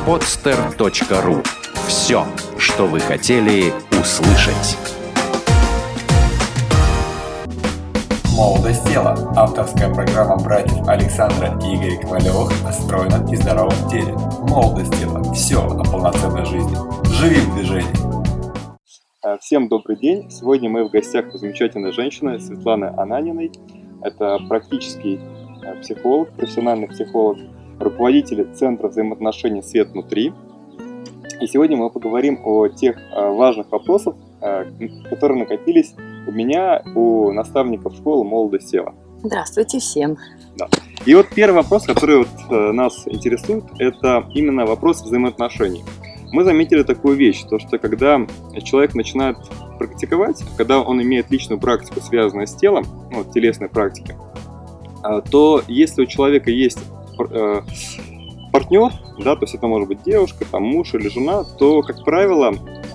podster.ru. Все, что вы хотели услышать. «Молодость тела» – авторская программа братьев Александра и Игоря Ковалевых о стройном и здоровом теле. «Молодость тела» – все о полноценной жизни. Живи в движении! Всем добрый день! Сегодня мы в гостях у замечательной женщины Светланы Ананиной. Это практический психолог, профессиональный психолог, руководитель Центра взаимоотношений «Свет внутри». И сегодня мы поговорим о тех важных вопросах, которые накопились у меня, у наставников школы «Молодость тела». Здравствуйте всем! Да. И вот первый вопрос, который нас интересует, это именно вопрос взаимоотношений. Мы заметили такую вещь, то что когда человек начинает практиковать, когда он имеет личную практику, связанную с телом, телесной практики, то если у человека есть партнер, да, то есть это может быть девушка, там, муж или жена, то, как правило,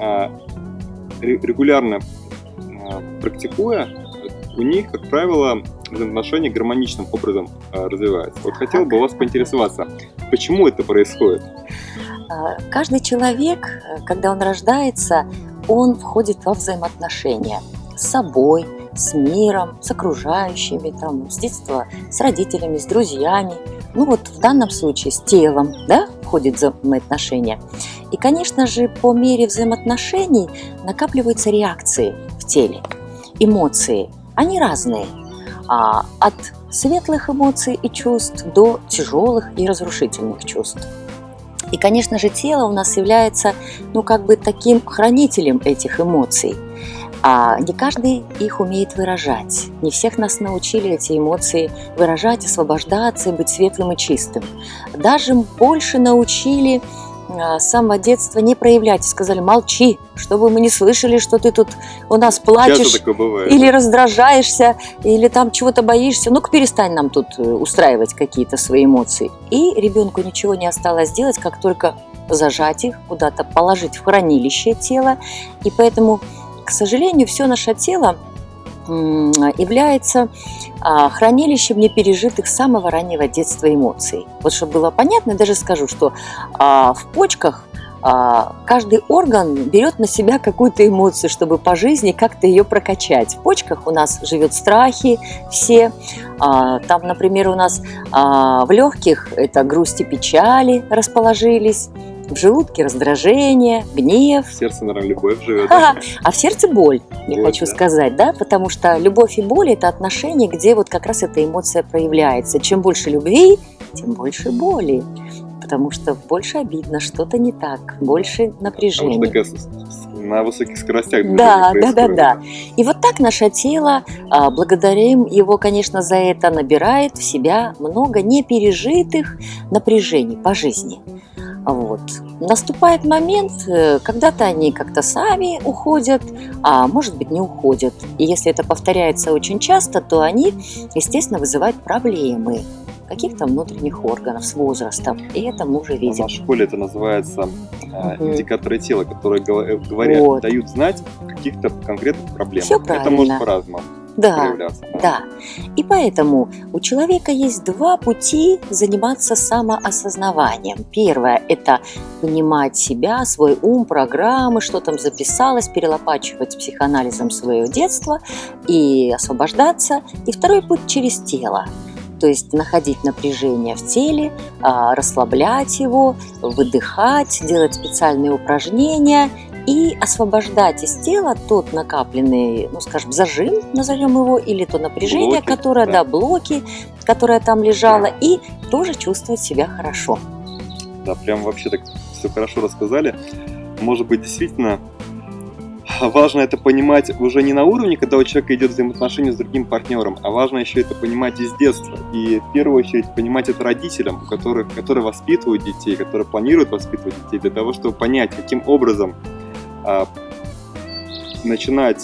регулярно практикуя, у них, как правило, взаимоотношения гармоничным образом развиваются. Вот хотел бы у вас поинтересоваться, почему это происходит? Каждый человек, когда он рождается, он входит во взаимоотношения с собой, с миром, с окружающими, с детства, с родителями, с друзьями. В данном случае с телом, да, входит взаимоотношения. И, конечно же, по мере взаимоотношений накапливаются реакции в теле, эмоции. Они разные, от светлых эмоций и чувств до тяжелых и разрушительных чувств. И, конечно же, тело у нас является, таким хранителем этих эмоций. Не каждый их умеет выражать. Не всех нас научили эти эмоции выражать, освобождаться и быть светлым и чистым. Даже больше научили с самого детства не проявлять. Сказали: молчи, чтобы мы не слышали, что ты тут у нас плачешь или раздражаешься, или там чего-то боишься. Ну-ка перестань нам тут устраивать какие-то свои эмоции. И ребенку ничего не осталось делать, как только зажать их, куда-то положить в хранилище тела. И поэтому, к сожалению, все наше тело является хранилищем непережитых с самого раннего детства эмоций. Вот чтобы было понятно, я даже скажу, что в почках каждый орган берет на себя какую-то эмоцию, чтобы по жизни как-то ее прокачать. В почках у нас живет страхи все. Там, например, у нас в легких это грусть и печали расположились. В желудке раздражение, гнев. В сердце, наверное, любовь живет. А в сердце боль, я хочу сказать, да, потому что любовь и боль – это отношения, где как раз эта эмоция проявляется. Чем больше любви, тем больше боли, потому что больше обидно, что-то не так, больше напряжения. Потому что на высоких скоростях движения происходит. Да. И вот так наше тело, благодарим его, конечно, за это, набирает в себя много непережитых напряжений по жизни. Наступает момент, когда-то они как-то сами уходят, а может быть не уходят. И если это повторяется очень часто, то они, естественно, вызывают проблемы каких-то внутренних органов с возрастом. И это мы уже видим. В школе это называется индикаторы тела, которые говорят, дают знать о каких-то конкретных проблемах. Все правильно. Это может по-разному. Да. И поэтому у человека есть два пути заниматься самоосознаванием. Первое – это понимать себя, свой ум, программы, что там записалось, перелопачивать психоанализом свое детство и освобождаться. И второй путь – через тело. То есть находить напряжение в теле, расслаблять его, выдыхать, делать специальные упражнения – и освобождать из тела тот накапленный, зажим, назовем его, или то напряжение, блоки, которое там лежало, и тоже чувствовать себя хорошо. Да, прям вообще так все хорошо рассказали. Может быть, действительно важно это понимать уже не на уровне, когда у человека идет взаимоотношения с другим партнером, а важно еще это понимать из детства. И в первую очередь понимать это родителям, которые воспитывают детей, которые планируют воспитывать детей, для того, чтобы понять, каким образом начинать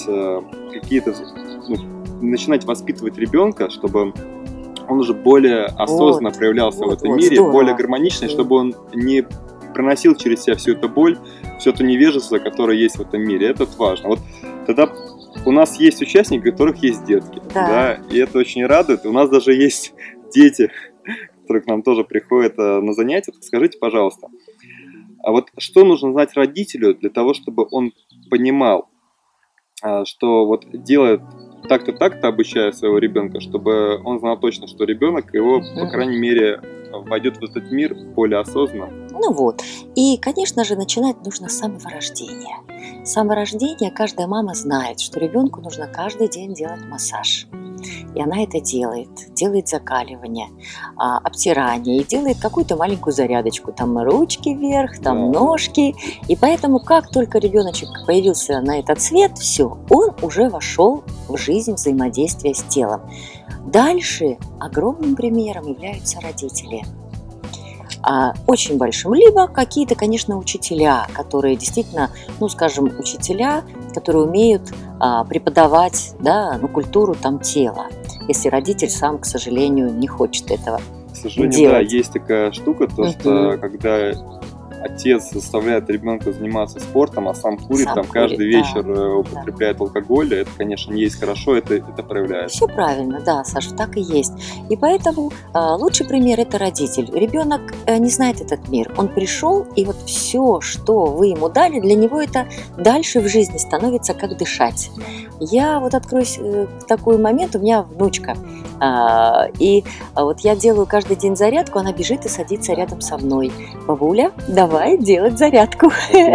воспитывать ребенка, чтобы он уже более осознанно проявлялся в этом мире, здорово. Более гармоничный, чтобы он не проносил через себя всю эту боль, все то невежество, которое есть в этом мире. Это важно. Вот тогда у нас есть участники, у которых есть детки, да, и это очень радует. У нас даже есть дети, которые к нам тоже приходят на занятия. Скажите, пожалуйста, А вот что нужно знать родителю для того, чтобы он понимал, что вот делает так-то, обучая своего ребенка, чтобы он знал точно, что ребенок его, по крайней мере, войдет в этот мир более осознанно. Ну вот. И, конечно же, начинать нужно с самого рождения. С самого рождения каждая мама знает, что ребенку нужно каждый день делать массаж. И она это делает закаливание, обтирание, и делает какую-то маленькую зарядочку, там ручки вверх, там ножки. И поэтому, как только ребеночек появился на этот свет, все, он уже вошел в жизнь взаимодействия с телом. Дальше огромным примером являются родители. Очень большим, либо какие-то, конечно, учителя, которые действительно, учителя, которые умеют преподавать, культуру тела, если родитель сам, к сожалению, не хочет этого К сожалению, делать. Да, есть такая штука, что когда отец заставляет ребенка заниматься спортом, а сам курит, каждый вечер употребляет алкоголь, это, конечно, не есть хорошо, это проявляется. Все правильно, да, Саша, так и есть. И поэтому лучший пример – это родитель. Ребенок не знает этот мир. Он пришел, и вот все, что вы ему дали, для него это дальше в жизни становится как дышать. Я вот откроюсь такой момент, у меня внучка. И вот я делаю каждый день зарядку, она бежит и садится рядом со мной. Бабуля, давай делать зарядку.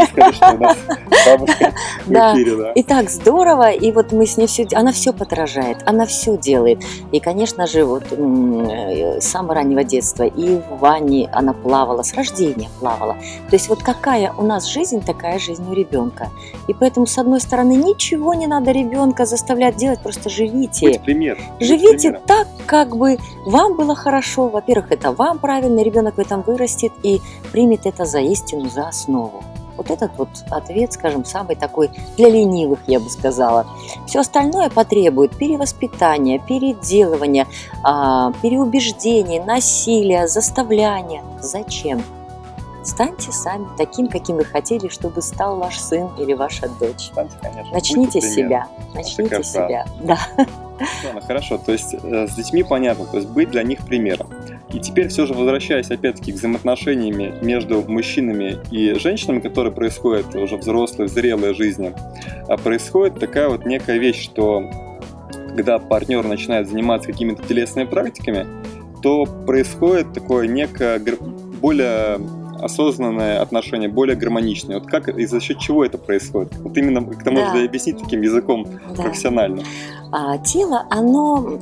Да, и так здорово, и вот мы с ней она все подражает, она все делает. И, конечно же, вот с самого раннего детства и в ванне она плавала, с рождения плавала. То есть вот какая у нас жизнь, такая жизнь у ребенка. И поэтому, с одной стороны, ничего не надо ребенка заставлять делать, просто живите. Будь пример. Живите так, как бы вам было хорошо. Во-первых, это вам правильно, ребенок в этом вырастет и примет это за истину, за основу. Вот этот вот ответ, скажем, самый такой для ленивых, я бы сказала. Все остальное потребует перевоспитания, переделывания, переубеждений, насилия, заставляния. Зачем? Станьте сами таким, каким вы хотели, чтобы стал ваш сын или ваша дочь. Станьте, конечно. Начните с себя. Начните с себя. Да. Хорошо, то есть с детьми понятно, то есть быть для них примером. И теперь все же возвращаясь опять-таки к взаимоотношениям между мужчинами и женщинами, которые происходят уже в взрослой, в зрелой жизни, происходит такая вот некая вещь, что когда партнер начинает заниматься какими-то телесными практиками, то происходит такое некое более осознанное отношение, более гармоничное. Вот как и за счет чего это происходит? Вот именно это можно объяснить таким языком профессиональным. Тело, оно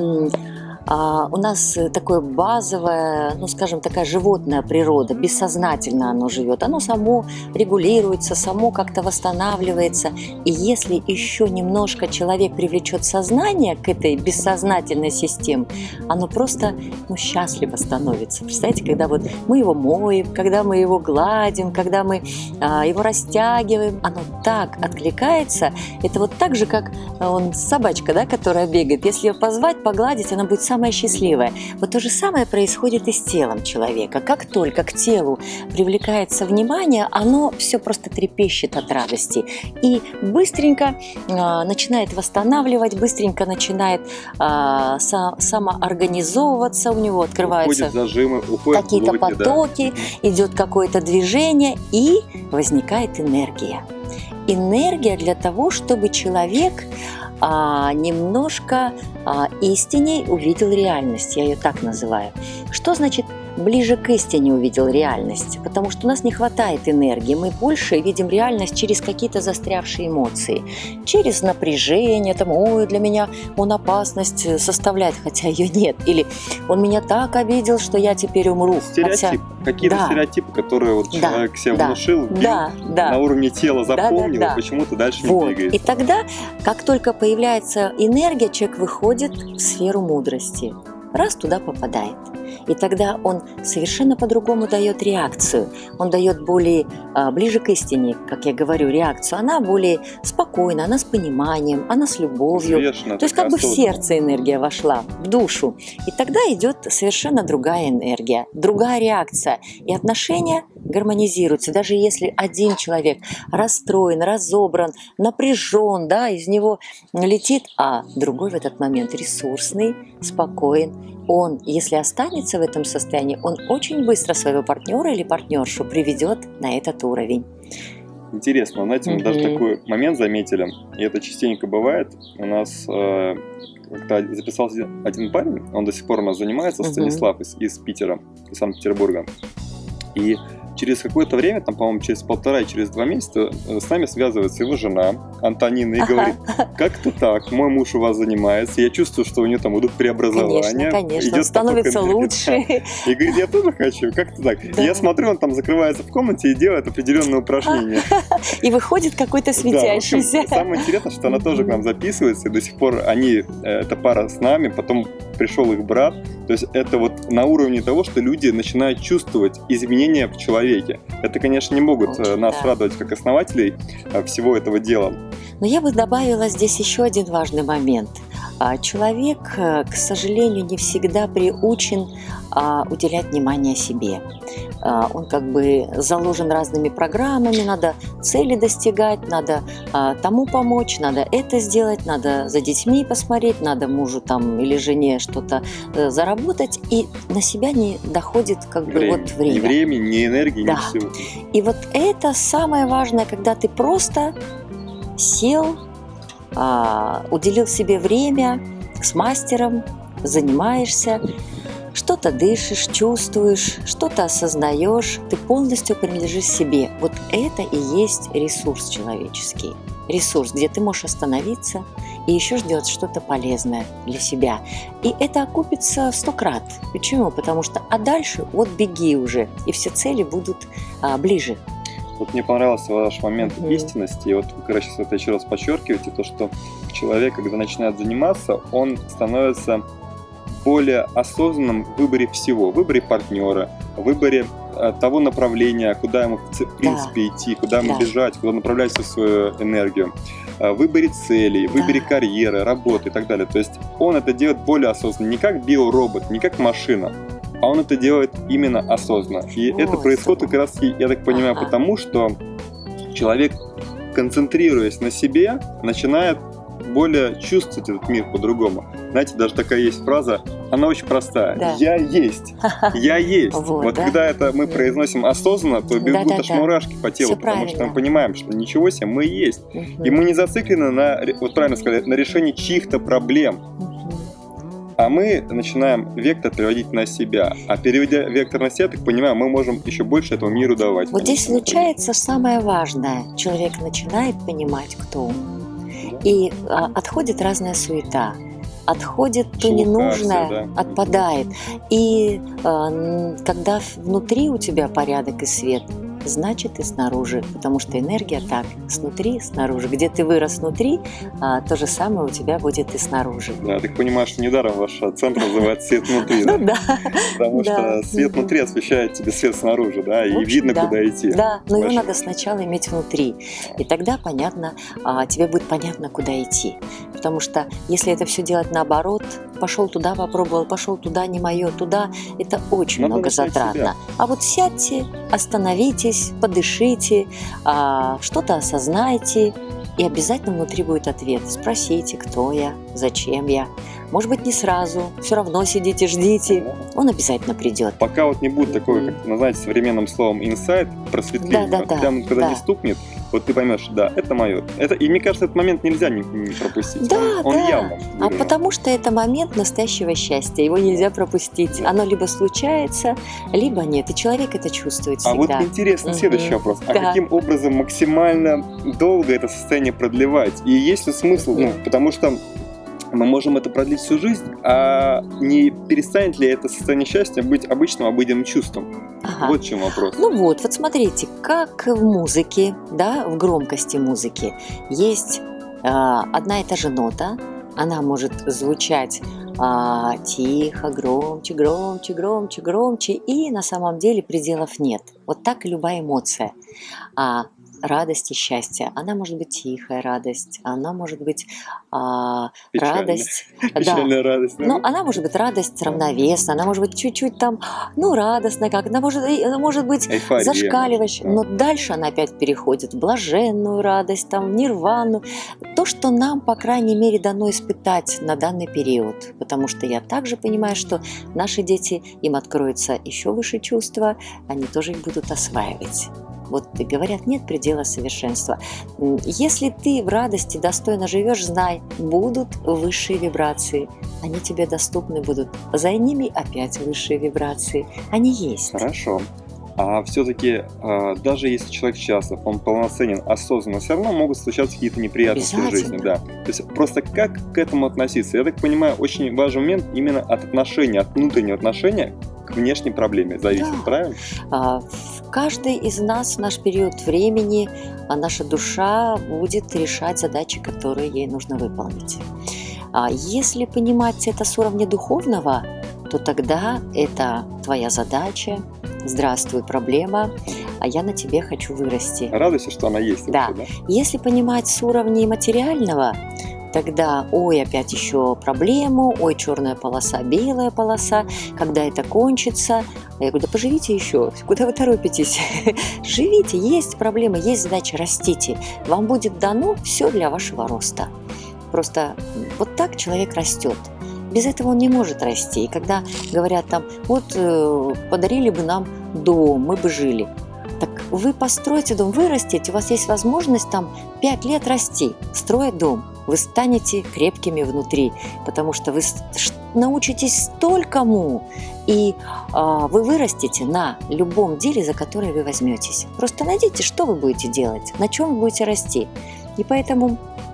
у нас такое базовое, такая животная природа, бессознательно оно живет. Оно само регулируется, само как-то восстанавливается. И если еще немножко человек привлечет сознание к этой бессознательной системе, оно просто счастливо становится. Представляете, когда вот мы его моем, когда мы его гладим, когда мы его растягиваем, оно так откликается. Это вот так же, как собачка, которая бегает. Если ее позвать, погладить, она будет самая счастливая. Вот то же самое происходит и с телом человека. Как только к телу привлекается внимание, оно все просто трепещет от радости и быстренько начинает восстанавливать, быстренько начинает самоорганизовываться, у него открываются уходят зажимы, уходят какие-то блоки, потоки, идет какое-то движение и возникает энергия. Энергия для того, чтобы человек немножко истинней увидел реальность, я ее так называю. Что значит ближе к истине увидел реальность? Потому что у нас не хватает энергии, мы больше видим реальность через какие-то застрявшие эмоции, через напряжение, ой, для меня он опасность составляет, хотя ее нет, или он меня так обидел, что я теперь умру. Какие-то стереотипы, которые вот человек себе внушил, на уровне тела запомнил, почему-то дальше не двигается. И тогда, как только появляется энергия, человек выходит в сферу мудрости, раз туда попадает. И тогда он совершенно по-другому дает реакцию. Он дает более ближе к истине, как я говорю, реакцию. Она более спокойна, она с пониманием, она с любовью. Взвешенно, то есть как бы в сердце энергия вошла, в душу. И тогда идет совершенно другая энергия, другая реакция. И отношения гармонизируются. Даже если один человек расстроен, разобран, напряжен, из него летит, а другой в этот момент ресурсный, спокоен, он, если останется в этом состоянии, он очень быстро своего партнера или партнершу приведет на этот уровень. Интересно, знаете, мы даже такой момент заметили, и это частенько бывает. У нас когда записался один парень, он до сих пор у нас занимается, Станислав из Питера, из Санкт-Петербурга. И через какое-то время, там, по-моему, через 1,5, через 2 месяца с нами связывается его жена Антонина и говорит: как-то так, мой муж у вас занимается, я чувствую, что у нее там идут преобразования. Конечно, он становится лучше. И говорит: я тоже хочу, как-то так. Да. Я смотрю, он там закрывается в комнате и делает определенные упражнения. И выходит какой-то светящийся. Да, самое интересное, что она тоже к нам записывается, и до сих пор они, эта пара с нами, потом пришел их брат. То есть это вот на уровне того, что люди начинают чувствовать изменения в человеке. Это, конечно, не могут нас радовать как основателей всего этого дела. Но я бы добавила здесь еще один важный момент. Человек, к сожалению, не всегда приучен уделять внимание себе. Он как бы заложен разными программами, надо цели достигать, надо тому помочь, надо это сделать, надо за детьми посмотреть, надо мужу там или жене что-то заработать, и на себя не доходит как бы время. Вот время. Ни времени, ни энергии, да. ни всего. И вот это самое важное, когда ты просто сел, уделил себе время с мастером, занимаешься, что-то дышишь, чувствуешь, что-то осознаешь, ты полностью принадлежишь себе. Вот это и есть ресурс человеческий. Ресурс, где ты можешь остановиться и еще ждет что-то полезное для себя. И это окупится 100 крат. Почему? Потому что дальше вот беги уже, и все цели будут ближе. Вот мне понравился ваш момент истинности, и вот вы, короче, это еще раз подчеркиваете, то, что человек, когда начинает заниматься, он становится более осознанным в выборе всего, в выборе партнера, в выборе того направления, куда ему в принципе идти, куда ему бежать, куда направлять всю свою энергию, в выборе целей, в выборе карьеры, работы и так далее. То есть он это делает более осознанно, не как биоробот, не как машина, а он это делает именно осознанно. И это происходит как раз, я так понимаю, потому что человек, концентрируясь на себе, начинает более чувствовать этот мир по-другому. Знаете, даже такая есть фраза, она очень простая. Да. Я есть. Я есть. Вот когда это мы произносим осознанно, то бегут аж мурашки по телу, потому что мы понимаем, что ничего себе, мы есть. И мы не зациклены на, вот правильно сказали, на решении чьих-то проблем. А мы начинаем вектор переводить на себя. А переведя вектор на себя, так понимаю, мы можем еще больше этому миру давать. Вот здесь случается самое важное. Человек начинает понимать, кто он. И отходит разная суета. Отходит то ненужное, отпадает. И когда внутри у тебя порядок и свет, значит и снаружи, потому что энергия так, снутри, снаружи. Где ты вырос внутри, то же самое у тебя будет и снаружи. Да, так понимаешь, что недаром ваш центр называется «Свет внутри». Ну да. Потому что свет внутри освещает тебе свет снаружи, да, и видно, куда идти. Да, но его надо сначала иметь внутри. И тогда понятно, тебе будет понятно, куда идти. Потому что если это все делать наоборот, пошел туда, попробовал, пошел туда, не мое, туда, это очень многозатратно. А вот сядьте, остановитесь, подышите, что-то осознайте, и обязательно внутри будет ответ. Спросите, кто я, зачем я. Может быть, не сразу, все равно сидите, ждите. Он обязательно придет. Пока вот не будет такого, как, знаете, современным словом инсайт, просветление. Прямо когда не стукнет, вот ты поймешь, да, это мое. И мне кажется, этот момент нельзя не пропустить. Он явно. Потому что это момент настоящего счастья. Его нельзя пропустить. Оно либо случается, либо нет. И человек это чувствует всегда. А вот интересный следующий вопрос. А каким образом максимально долго это состояние продлевать? И есть ли смысл? Потому что мы можем это продлить всю жизнь, а не перестанет ли это состояние счастья быть обычным обыденным чувством? Вот в чем вопрос. Ну вот смотрите, как в музыке, да, в громкости музыки есть одна и та же нота, она может звучать тихо, громче, громче, громче, громче, и на самом деле пределов нет. Вот так и любая эмоция. А радость и счастье, она может быть тихая радость, она может быть Печальная. радость. Да. Печальная радость. Ну, она может быть радость равновесная, она может быть чуть-чуть там, ну, радостная как, она может быть Эйфория, зашкаливающая, может, но дальше она опять переходит в блаженную радость, там, в нирвану. То, что нам, по крайней мере, дано испытать на данный период. Потому что я также понимаю, что наши дети, им откроются еще выше чувства, они тоже их будут осваивать. Вот говорят, нет предела совершенства. Если ты в радости достойно живешь, знай, будут высшие вибрации. Они тебе доступны будут. За ними опять высшие вибрации. Они есть. Хорошо. А все-таки, даже если человек счастлив, он полноценен, осознанно, все равно могут случаться какие-то неприятности в жизни. Да. То есть просто как к этому относиться? Я так понимаю, очень важный момент именно от отношения, от внутреннего отношения к внешней проблеме зависит, Да. правильно? Каждый из нас в наш период времени, наша душа будет решать задачи, которые ей нужно выполнить. Если понимать это с уровня духовного, то тогда это твоя задача. Здравствуй, проблема, а я на тебе хочу вырасти. Радуйся, что она есть. Да. Вообще, да? Если понимать с уровня материального, тогда, ой, опять еще проблему, ой, черная полоса, белая полоса, когда это кончится. Я говорю, да поживите еще, куда вы торопитесь? Живите, есть проблемы, есть задача, растите. Вам будет дано все для вашего роста. Просто вот так человек растет. Без этого он не может расти. И когда говорят там, вот подарили бы нам дом, мы бы жили. Так вы построите дом, вы растете, у вас есть возможность там 5 лет расти, строить дом. Вы станете крепкими внутри, потому что вы научитесь столькому, и вы вырастете на любом деле, за которое вы возьметесь. Просто найдите, что вы будете делать, на чем вы будете расти. И поэтому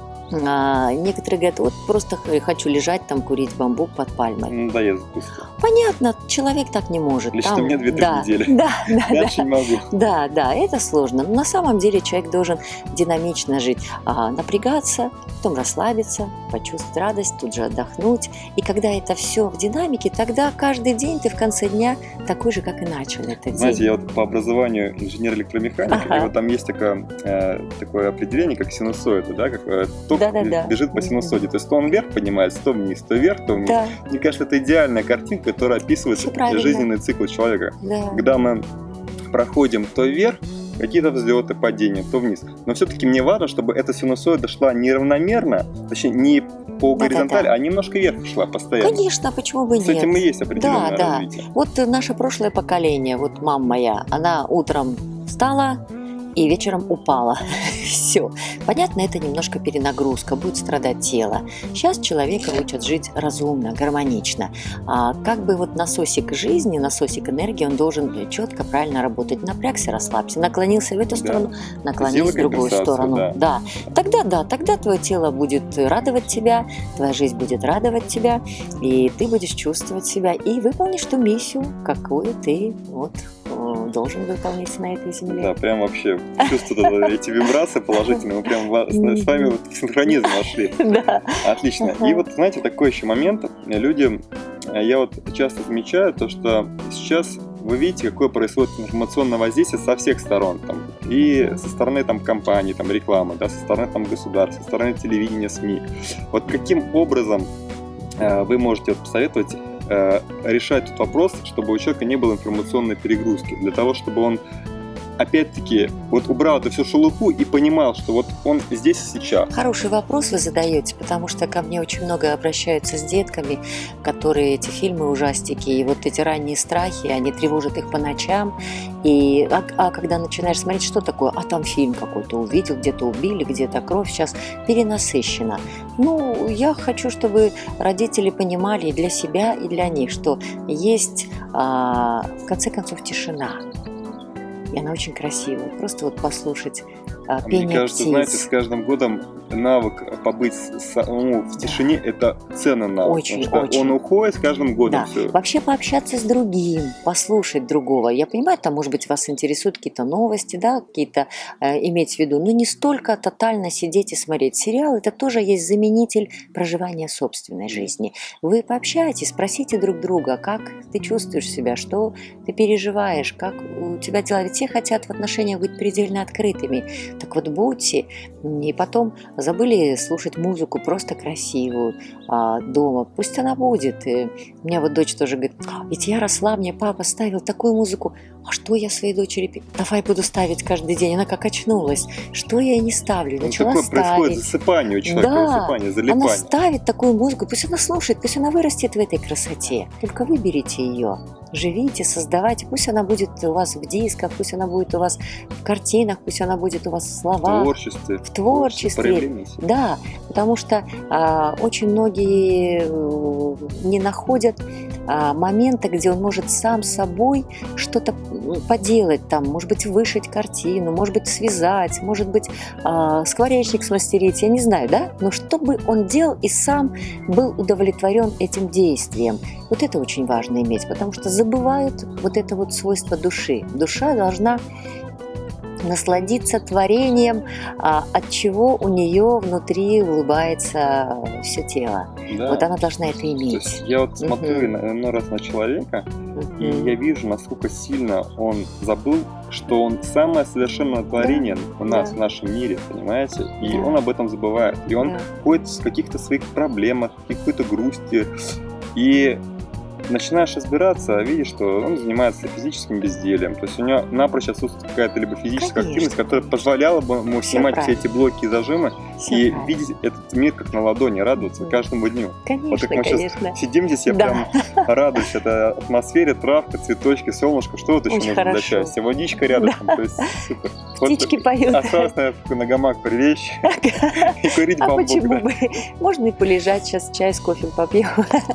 некоторые говорят, вот просто хочу лежать там, курить бамбук под пальмой. Надоест быстро. Понятно, человек так не может. Лично Там, мне 2-3 да, недели. Да, Дальше не могу. да, это сложно. Но на самом деле человек должен динамично жить, напрягаться, потом расслабиться, почувствовать радость, тут же отдохнуть. И когда это все в динамике, тогда каждый день ты в конце дня такой же, как и начал этот Знаете, день. я вот по образованию инженер-электромеханик, и вот там есть такое определение, как синусоида, да, как ток Да-да-да. бежит по синусоиде. То есть то он вверх поднимается, то вниз, то вверх, то вниз. Да, Мне кажется, это идеальная картинка, которая описывает Всё правильно. жизненный цикл человека. да. Когда мы проходим то вверх, какие-то взлеты, падения, то вниз. Но все-таки мне важно, чтобы эта синусоида шла неравномерно, точнее, не по горизонтали, Да-да-да. а немножко вверх шла постоянно. Конечно, почему бы С нет? этим и есть определенное Да. развитие. Вот наше прошлое поколение, вот мама моя, она утром встала и вечером упала. Все. Понятно, это немножко перенагрузка, будет страдать тело. Сейчас человека учат жить разумно, гармонично. Как бы вот насосик жизни, насосик энергии, он должен четко, правильно работать. Напрягся, расслабься, наклонился в эту сторону, наклонился в Сделай другую компенсацию, сторону. Да. Тогда твое тело будет радовать тебя, твоя жизнь будет радовать тебя, и ты будешь чувствовать себя и выполнишь ту миссию, какую ты должен выполнить на этой земле. Да, прям вообще чувствую эти вибрации положительные. Мы прям с вами вот в синхронизм вошли. Да. Отлично. И вот, знаете, такой еще момент. Люди, я вот часто замечаю то, что сейчас вы видите, какое происходит информационное воздействие со всех сторон. Там, и со стороны там, компаний, там, рекламы, да, со стороны там, государства, со стороны телевидения, СМИ. Вот каким образом вы можете посоветовать решать этот вопрос, чтобы у человека не было информационной перегрузки, для того, чтобы он опять-таки вот убрал эту всю шелуху и понимал, что вот он здесь и сейчас. Хороший вопрос вы задаете, потому что ко мне очень много обращаются с детками, которые эти фильмы ужастики, и вот эти ранние страхи, они тревожат их по ночам. И, когда начинаешь смотреть, что такое, там фильм какой-то увидел, где-то убили, где-то кровь, сейчас перенасыщена. Я хочу, чтобы родители понимали и для себя, и для них, что есть, в конце концов, тишина. И она очень красивая. Просто вот послушать пение Мне кажется, птиц. знаете, с каждым годом навык побыть в тишине – это ценный навык. Очень, потому что очень. он уходит с каждым годом. Да. Все. Вообще пообщаться с другим, послушать другого. Я понимаю, там, может быть, вас интересуют какие-то новости, да, какие-то иметь в виду, но не столько тотально сидеть и смотреть. Сериал – это тоже есть заменитель проживания собственной жизни. Вы пообщайтесь, спросите друг друга, как ты чувствуешь себя, что ты переживаешь, как у тебя дела. Ведь все хотят в отношениях быть предельно открытыми. Так вот будьте. И потом забыли слушать музыку просто красивую дома. Пусть она будет. И у меня вот дочь тоже говорит: ведь я росла, мне папа ставил такую музыку. А что я своей дочери? Давай буду ставить каждый день. Она как очнулась. Что я ей не ставлю? Начала такое ставить. происходит засыпание у человека, засыпание, залипание. Она ставит такую музыку, пусть она слушает, пусть она вырастет в этой красоте. Только выберите ее. Живите, создавайте. Пусть она будет у вас в дисках, пусть она будет у вас в картинах, пусть она будет у вас в словах. В творчестве. Да, потому что очень многие не находят момента, где он может сам собой что-то поделать, там, может быть, вышить картину, может быть, связать, может быть, скворечник смастерить, я не знаю, да? Но чтобы он делал и сам был удовлетворен этим действием. Вот это очень важно иметь, потому что забывают вот это вот свойство души. Душа должна насладиться творением, от чего у нее внутри улыбается все тело. Да. Вот она должна это иметь. То есть я вот смотрю иной раз на человека, и я вижу, насколько сильно он забыл, что он самое совершенное творение у нас, в нашем мире, понимаете? И он об этом забывает. И он ходит в каких-то своих проблемах, какой-то грусти. И начинаешь разбираться, видишь, что он занимается физическим бездельем. То есть у него напрочь отсутствует какая-то либо физическая активность, которая позволяла бы ему снимать все эти блоки и зажимы и видеть этот мир как на ладони, радоваться каждому дню. Конечно, вот как мы сейчас сидим здесь, я прям радуюсь этой атмосфере, травка, цветочки, солнышко, что вот еще очень нужно для счастья? Водичка рядышком, то есть супер. Птички поют. Осталось, наверное, на гамак прилечь и курить бамбук. А почему бы? Можно и полежать, сейчас чай с кофе попьем.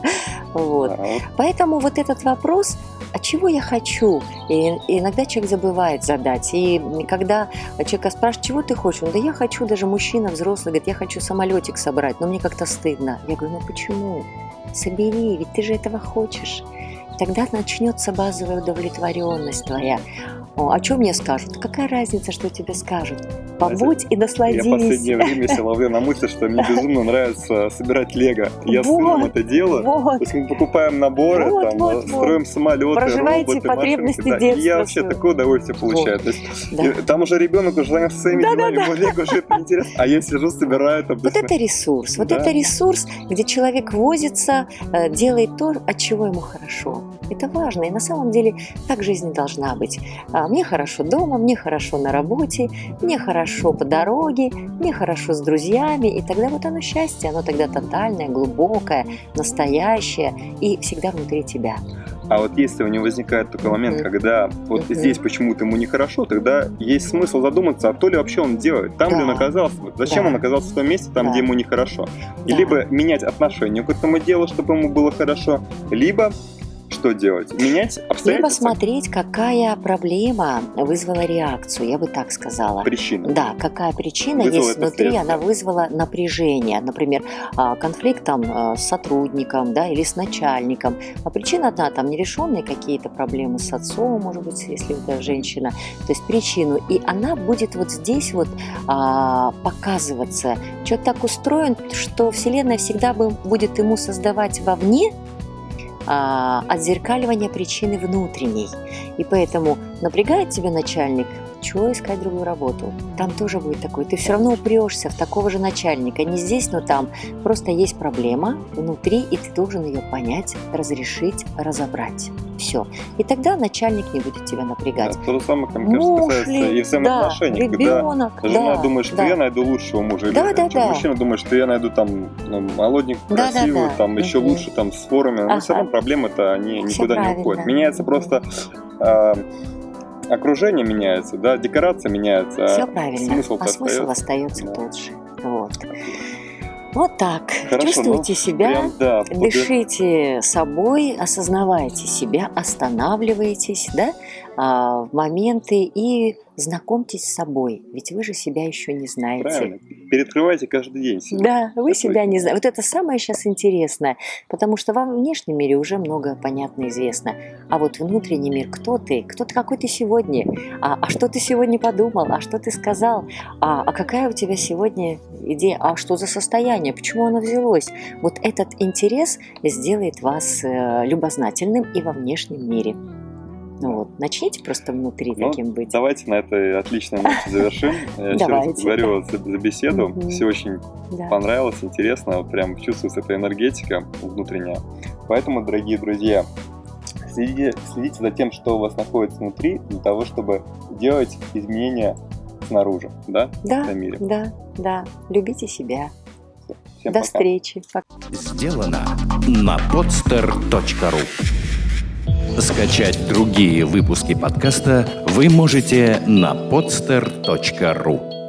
Вот. Поэтому вот этот вопрос, а чего я хочу? И иногда человек забывает задать. И когда человека спрашивают, чего ты хочешь? Он: да я хочу, даже мужчина взрослый говорит: я хочу самолетик собрать, но мне как-то стыдно. Я говорю: ну почему? Собери, ведь ты же этого хочешь. Тогда начнется базовая удовлетворенность твоя. А что мне скажут? Какая разница, что тебе скажут? Побудь и насладись. Я в последнее время себя ловлю на мысли, что мне безумно нравится собирать лего. Я с сыном это делаю. То есть мы покупаем наборы, строим самолеты, проживаете роботы, потребности машинки. детства. И я вообще такое удовольствие получаю. То есть, там уже ребенок уже занялся своими делами, ему лего уже это интересно. А я сижу, собираю. Вот это ресурс. Вот это ресурс, где человек возится, делает то, от чего ему хорошо. Это важно. И на самом деле так жизнь должна быть. Мне хорошо дома, мне хорошо на работе, мне хорошо по дороге, мне хорошо с друзьями. И тогда вот оно счастье, оно тогда тотальное, глубокое, настоящее и всегда внутри тебя. А вот если у него возникает такой момент, когда вот здесь почему-то ему нехорошо, тогда есть смысл задуматься, а то ли вообще он делает, там ли он оказался, зачем он оказался в том месте, там, где ему нехорошо. И либо менять отношение к этому делу, чтобы ему было хорошо, либо что делать? Менять обстоятельства? Либо смотреть, какая проблема вызвала реакцию, я бы так сказала. Причина. Да, какая причина есть внутри, она вызвала напряжение. Например, конфликт там с сотрудником, да, или с начальником. А причина одна, там нерешенные какие-то проблемы с отцом, может быть, если это женщина. То есть причину. И она будет вот здесь вот показываться. Человек так устроен, что Вселенная всегда будет ему создавать вовне отзеркаливание причины внутренней. И поэтому напрягает тебя начальник, чего искать другую работу? Там тоже будет такой. Ты все равно упрешься в такого же начальника. Не здесь, но там. Просто есть проблема внутри, и ты должен ее понять, разрешить, разобрать. Все. И тогда начальник не будет тебя напрягать. То же самое, мне кажется, касается и взаимоотношений. Ребенок, когда жена думает, что я найду лучшего мужа, или мужчина думает, что я найду там молоденькую, красивую, там еще лучше там с формами. Но все равно проблемы-то они никуда не уходят. Меняется просто окружение меняется, да, декорация меняется. Все правильно, смысл остается тот же. Вот так. Хорошо, чувствуйте себя, дышите собой, осознавайте себя, останавливайтесь, да, в моменты и знакомьтесь с собой, ведь вы же себя еще не знаете. Правильно. Переоткрывайте каждый день себя. Да, вы себя не знаете. Вот это самое сейчас интересное, потому что во внешнем мире уже много понятно известно, а вот внутренний мир, кто ты какой ты сегодня, а что ты сегодня подумал, а что ты сказал, а какая у тебя сегодня идея, а что за состояние, почему оно взялось. Вот этот интерес сделает вас любознательным и во внешнем мире. Вот. Начните просто внутри таким быть. Давайте на этой отличной ноте завершим. Я еще раз благодарю за беседу. Все очень понравилось, интересно. Прям чувствуется эта энергетика внутренняя. Поэтому, дорогие друзья, следите за тем, что у вас находится внутри, для того, чтобы делать изменения снаружи, да? В мире. Да. Любите себя. Всем До пока. встречи. Сделано на podster.ru. Скачать другие выпуски подкаста вы можете на podster.ru.